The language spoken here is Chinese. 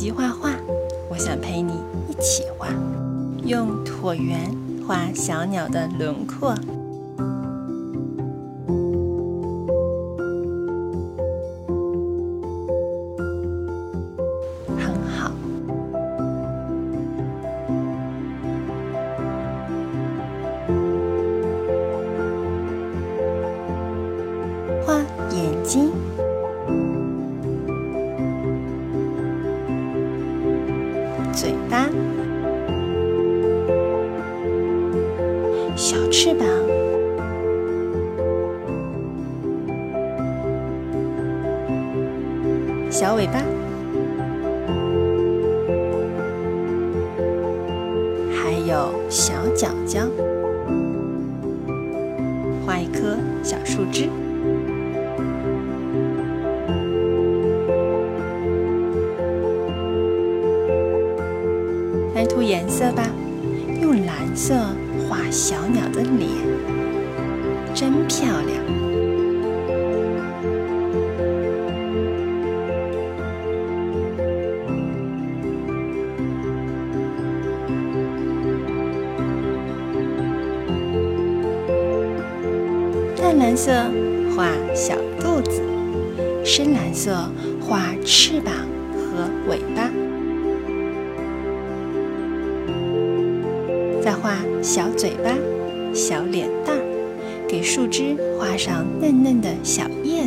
机画画，我想陪你一起画，用椭圆画小鸟的轮廓。很好。画眼睛。嘴巴，小翅膀，小尾巴，还有小脚脚，画一棵小树枝。来涂颜色吧，用蓝色画小鸟的脸，真漂亮。淡蓝色画小肚子，深蓝色画翅膀和尾巴。再画小嘴巴、小脸蛋儿，给树枝画上嫩嫩的小叶